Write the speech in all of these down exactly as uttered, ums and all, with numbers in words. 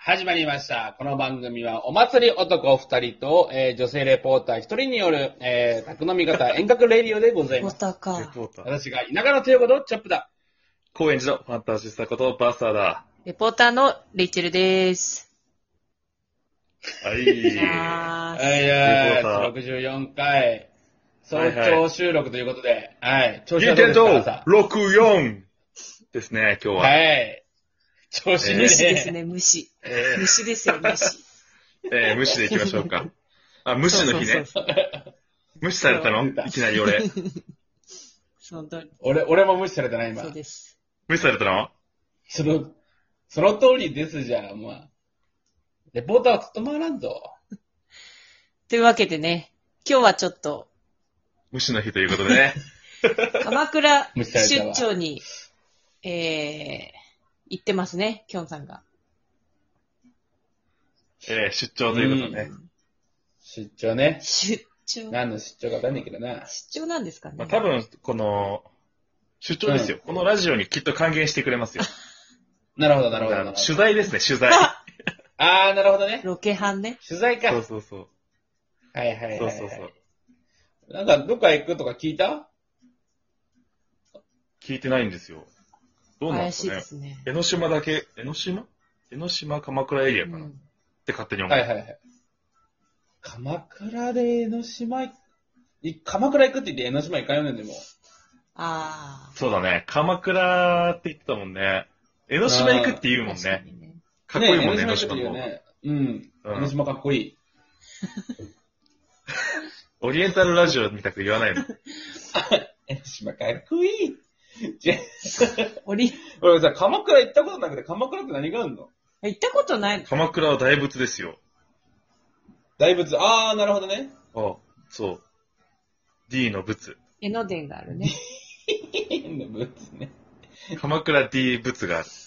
始まりました。この番組はお祭り男二人と、えー、女性レポーター一人による、えー、宅飲み方遠隔レディオでございます。 レポーターか。 レポーター。 私が田舎の強いことチョップだ。 高円寺のファンタジスタことバスターだ。 レポーターのレイチェルです。 はい。 あーはいやレポーターー、ろくじゅうよんかい、早朝収録ということで、はい。調子はニンテンドどうですか、 ーろくじゅうよんですね、今日は。 はい。調子いいね。 虫ですね、虫。 えー虫ですよ、虫。 えー、無視でいきましょうか。あ、無視の日ね。 そうそうそう無視されたのいきなり俺。 その通り。 俺、俺も無視されたな、今。 そうです。 無視されたのその、その通りですじゃん、まあ。レポーターはずっと回らんぞ。 というわけでね、今日はちょっと、 無視の日ということでね。 鎌倉無視された出わ張に、えー、行ってますね、きょんさんが。 えー、出張ということでね。 出張ね。 出張何の出張かわかんないけどな。 出張なんですかね。 まあ、多分、この、出張ですよ、このラジオにきっと還元してくれますよ。 なるほど、なるほど。なるほど取材ですね、取材。 あー、なるほどね。 ロケハンね。 取材か。 そうそうそう。 はいはいはい、はい。 そうそうそう。 なんか、どっか行くとか聞いた？ 聞いてないんですよ。どうなんで怪しいすかね。 ですね。 江ノ島だけ、江ノ島江ノ島鎌倉エリアかな、っうんて勝手に思う。 はいはいはい。鎌倉で江ノ島い、い鎌倉行くって言って江ノ島行かんよねんでも。 あそうだね。鎌倉って言ってたもんね。江ノ島行くって言うー。 もんね。 確かにね。 かっこいいもんね、江江ノノ島の方が。 島行くって言うよね。うん。 うん江ノ島かっこいい。 オリエンタルラジオみたく言わないの。 江ノ島かっこいい。じゃおり、 俺さ、鎌倉行ったことなくて、鎌倉って何があるの？ 行ったことないの？ 鎌倉は大仏ですよ。 大仏。あー、なるほどね。 あそう。D の仏。 江ノ電があるね。 仏ね。 鎌倉 D 仏がある。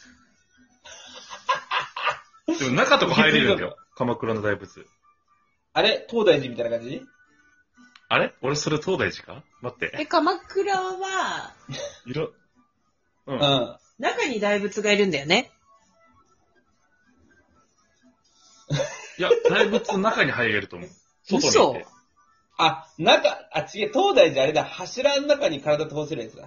でも中とか入れるんだよ。鎌倉の大仏。 あれ東大寺みたいな感じ？ あれ俺それ東大寺か待って。 え、鎌倉は、 色、う。 うんん。 中に大仏がいるんだよね。 いや、大仏の中に入れると思う。外にいて。 あ、中、あ、違う、東大寺あれだ、柱の中に体通せるやつだ。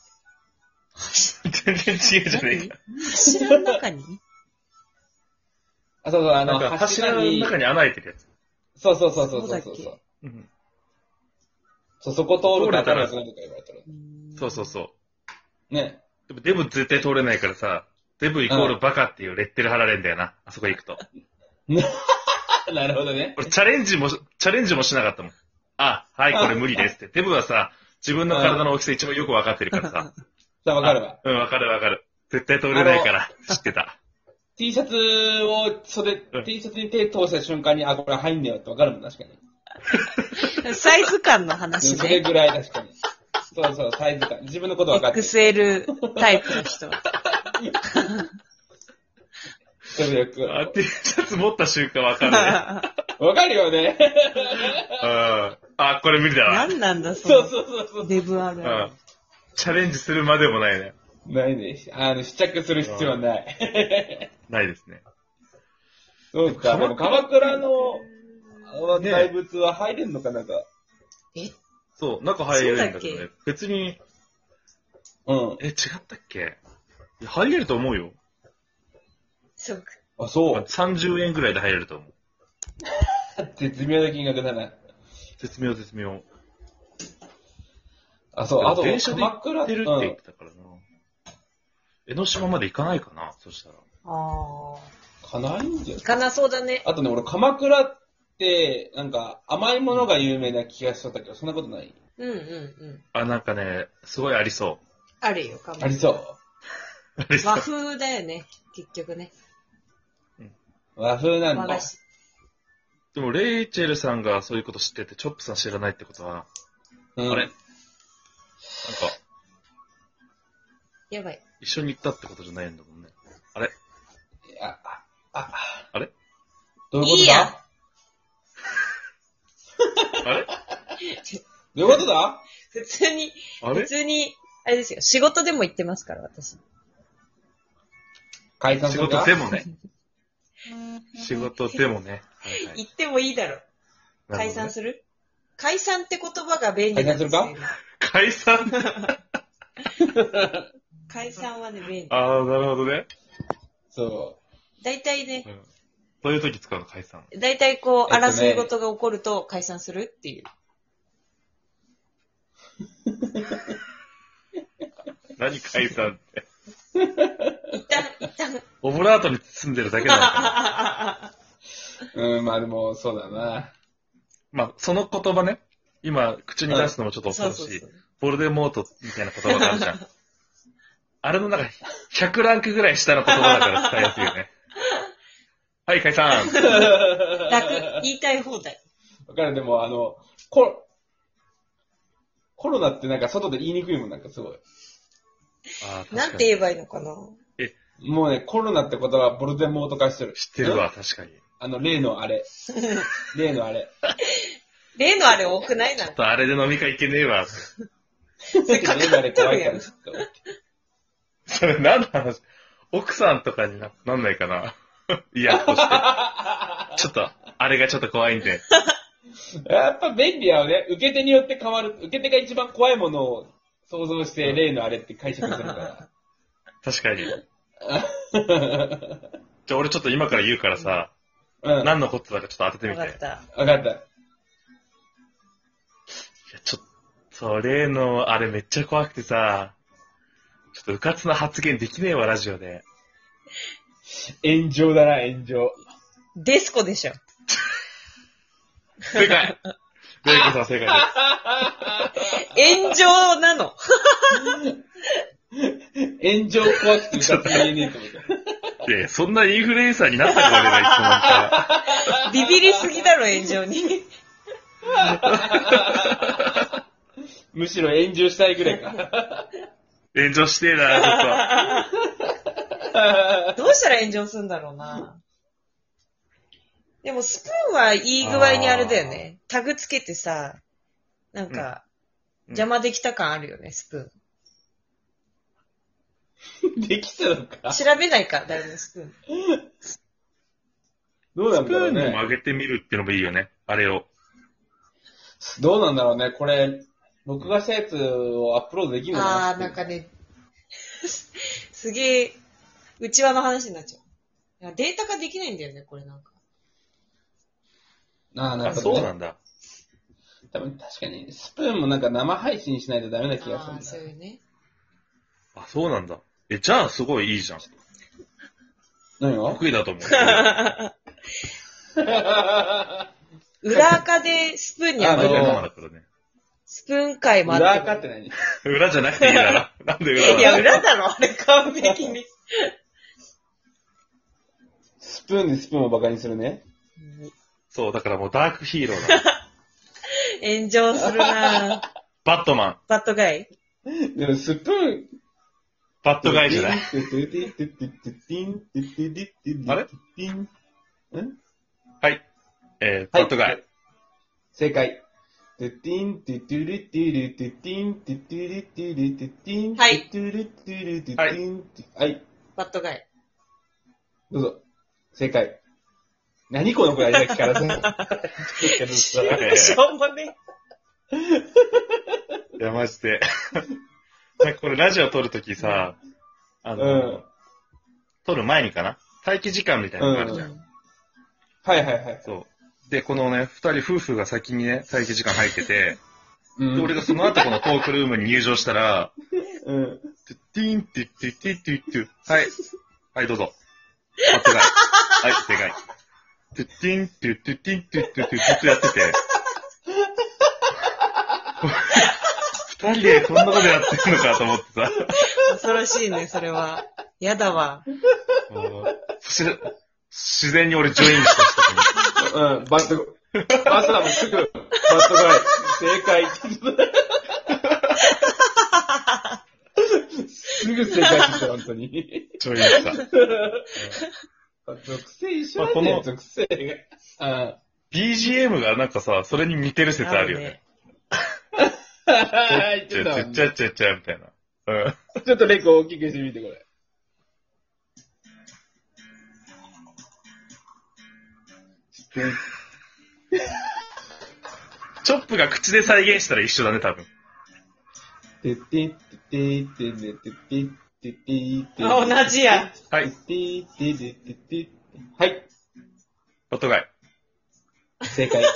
全然違うじゃねえか。 柱の中にあ、そうそう、あの、 なんか柱のに中に穴開いてるやつ。 そうそうそうそうそうそうそうだっうんそう、そこ通るから通れたらとか言われてる。 そうそうそう。 ね。 でもデブ絶対通れないからさ、デブイコールバカっていうレッテル貼られんだよな、あそこ行くと。 なるほどね。 俺チャレンジも、チャレンジもしなかったもん。あ、はい、これ無理ですって。デブはさ、自分の体の大きさ一番よくわかってるからさ。 さあ、わかるわ。 うん、わかるわかる。絶対通れないから、知ってた。 T シャツを袖、 うん T シャツに手通した瞬間に、あ、これ入んねよってわかるもん、確かに。 サイズ感のうん話ね。 それぐらい確かに。そうそう、サイズ感。自分のことわかってる。 エクセルタイプの人。 そうよくあ、T シャツ持った瞬間わかるね。 わかるよね。 うん。あ、これ無理だわ。 何なんだ、そのそうそうそうそう。 デブあるある。 うん。チャレンジするまでもないね。 ないね。あの、試着する必要はない。 ないですね。 そうか。で鎌も鎌倉のあね大仏は入れんのかなんか。 え、 そう、中入れるんだけどそうだっね。別に、 うん。 え、違ったっけいや入れると思うよ。 そうか。 あ、そう。 さんじゅうえんぐらいで入れると思う。 絶妙な金額だな。 絶妙絶妙。 あ、そう。あと、 電車で行鎌倉ってるって言ってたからな。江ノ島まで行かないかな、そしたら。 あうん。かないんじゃんー。行。かなそうだね。 あとね、俺、鎌倉って、なんか、甘いものが有名な気がしとったけど、そんなことない？ うんうんうん。 あ、なんかね、すごいありそあるよ、鎌倉。 ありそう。 う。ありそう和。風だよね、結局ね。 和風なんだ和菓。子。 でも、レイチェルさんがそういうこと知ってて、チョップさん知らないってことは、 うん、 あれなんか、 やばい。 一緒に行ったってことじゃないんだもんね。あれあ、あ、あ、 あれどういうことだいいやあれどういうことだ普通に、普あれ通に、あれですよ、仕事でも行ってますから、私。 解散す仕るか事でもね。 仕事でもね。はいはい、 言ってもいいだろ。解散する、解散って言葉が便利なんですよ。 解散解散はね、便利。 ああ、なるほどね。 そう。 大体ね、うん、 どういう時使うの解散。 大体こう、争い事が起こると解散するっていう。 何解散って。 一旦、一旦。 オブラートに包んでるだけなのかな。うん、まあでも、そうだな。 まあ、その言葉ね、今、口に出すのもちょっと恐ろしい。うん、そうそうそう、ボルデモートみたいな言葉があるじゃん。あれのなんか、ひゃくランクぐらい下の言葉だから使いやすいよね。はい、解散。 楽、言いたい放題。 わかる、でもあの、コ、コロナってなんか外で言いにくいもん、なんかすごい。 あ、 なんて言えばいいのかな。 え、もうね、コロナって言葉はボルデモート化してる。 知ってるわ、確かに。 あの、例のあれ。例のあれ。 例のあれ多くないな。 ちょっとあれで飲み会行けねえわ。 それかかっとるやん。 それ何の話？奥さんとかに な, なんないかな。いや、として。ちょっと、あれがちょっと怖いんで。 やっぱ便利やよね。受け手によって変わる。受け手が一番怖いものを想像して、例のあれって解釈するから。確かに。じゃあ俺ちょっと今から言うからさ、うん、何のことだかちょっと当ててみて。 わかった。 わかった。いや、 ちょっと、そう、例のあれめっちゃ怖くてさ、ちょっとうかつな発言できねえわ、ラジオで。 炎上だな、炎上。 デスコでしょ。 正解。レイコさん正解です。炎上なの。 炎上怖くてうかつな言えねえと思った。 いや、そんなインフルエンサーになったからね、いつもなんか。 ビビりすぎだろ、炎上に。 むしろ炎上したいぐらいか。 炎上してえな、ちょっと。どうしたら炎上するんだろうな。でもスプーンはいい具合にあれだよね。タグつけてさ、なんか、うん、邪魔できた感あるよね、スプーン。できたのか調べないか、誰もスプーン。 どうなんだろうね。 スプーンにも上げてみるってのもいいよね、あれを。 どうなんだろうね、これ、録画したやつをアップロードできるのかな。 あー、なんかね、すげえ、内輪の話になっちゃう。いやデータ化できないんだよね、これなんか。 ああ、なるほど、 ね。そうなんだ。 多分確かに、スプーンもなんか生配信しないとダメな気がするんだ。 ああ、そういうね。 あ、そうなんだ。え、じゃあすごいいいじゃん。 何が得意だと思う。 裏垢でスプーンに上がる。 あスプーン会もあって。 裏垢って何裏じゃなくていいだろ。なんで裏だろ。 いや、裏だろ、あれ完璧に。 スプーンでスプーンをバカにするね。 そう、だからもうダークヒーローだ。 炎上するなぁ。 バットマン。 バットガイ。 でもスプーン。 バットガイじゃない。あれんはい。えー、バットガイ。 正解。ティンティトゥルティルティティンティトゥルティルティティンティトゥルティルティティンはい。 バットガイ。 どうぞ。正解。何この子やりだけからさ。 しょうもね。 いや、マジで。なんかこれラジオ撮るときさ、あの、うん、撮る前にかな待機時間みたいなのがあるじゃん。うん、 はいはいはい。 そう。で、このね、二人夫婦が先にね、待機時間入ってて、うん、で、俺がその後このトークルームに入場したら、うん。ティーンティッティッティッティッティッはい。はい、どうぞ。間違い。はい、正解。ティッティンティッティッティッティッティッティッずっとやってて。二人でこんなことやってるのかと思ってさ。 恐ろしいね、それは。やだわ。 そして、自然に俺ジョインした人に。うん、バット、朝もすぐ、バットガイ、正解。すぐ正解して、本当に。 ジョインした。 属性一緒なんだよ、属性が。 ビージーエム がなんかさ、それに似てる説あるよね。ちゃちゃちゃちゃちゃちゃみたいな。 うん。ちょっとレコ大きくしてみて、これ。 チョップが口で再現したら一緒だね、多分。 あ、同じや。 はい。 はい。 音がい。 正解。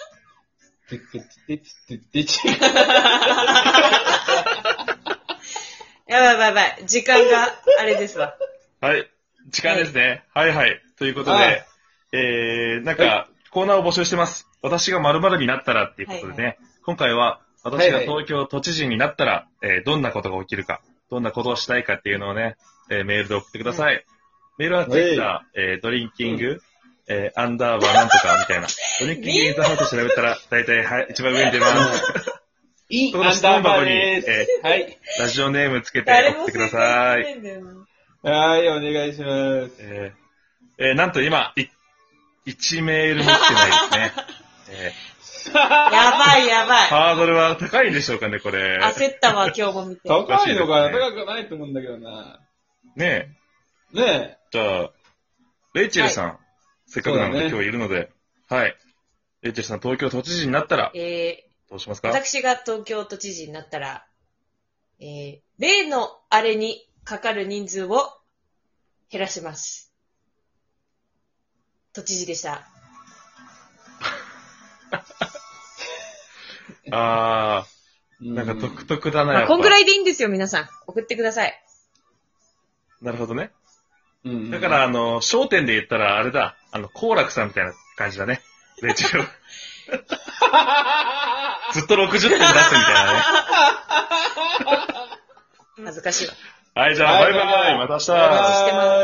やばいやばいやばい。時間があれですわ。 はい。時間ですね。はい、はい、はい。ということで、えー、なんか、はい、コーナーを募集してます。私が〇〇になったらっていうことでね。はいはい、今回は、私が東京都知事になったら、はいはい、えー、どんなことが起きるか、どんなことをしたいかっていうのをね、えー、メールで送ってください。はい、メールはツイッター、はい、えー、ドリンキング、えー、アンダーバーなんとかみたいな。ドリンキングインザハウス調べたら、だいたい、はい、一番上に出ます。 いいアンダーバーでーす。 えー、はい。ラジオネームつけて送ってください。 はい、お願いします。 えー、えー、なんと今、い、いちメールも来てないですね。えー、やばいやばい。 ハードルは高いんでしょうかね、これ。 焦ったわ、今日も見て。 高いのかな、高くないと思うんだけどな。 ねえ。ねえ。 じゃあ、レイチェルさん、はい、せっかくなので今日いるので、はい。レイチェルさん、東京都知事になったら、えー、どうしますか？ 私が東京都知事になったら、えー、例のあれにかかる人数を減らします。都知事でした。 あー、なんか独特だな、 まあ、こんぐらいでいいんですよ、皆さん。送ってください。 なるほどね。うんうん、だから、あの、焦点で言ったら、あれだ、あの、幸楽さんみたいな感じだね。レイチェル。ずっとろくじゅってん出すみたいなね。 恥ずかしいわ。 はい、じゃあ、バイバイ。また明日。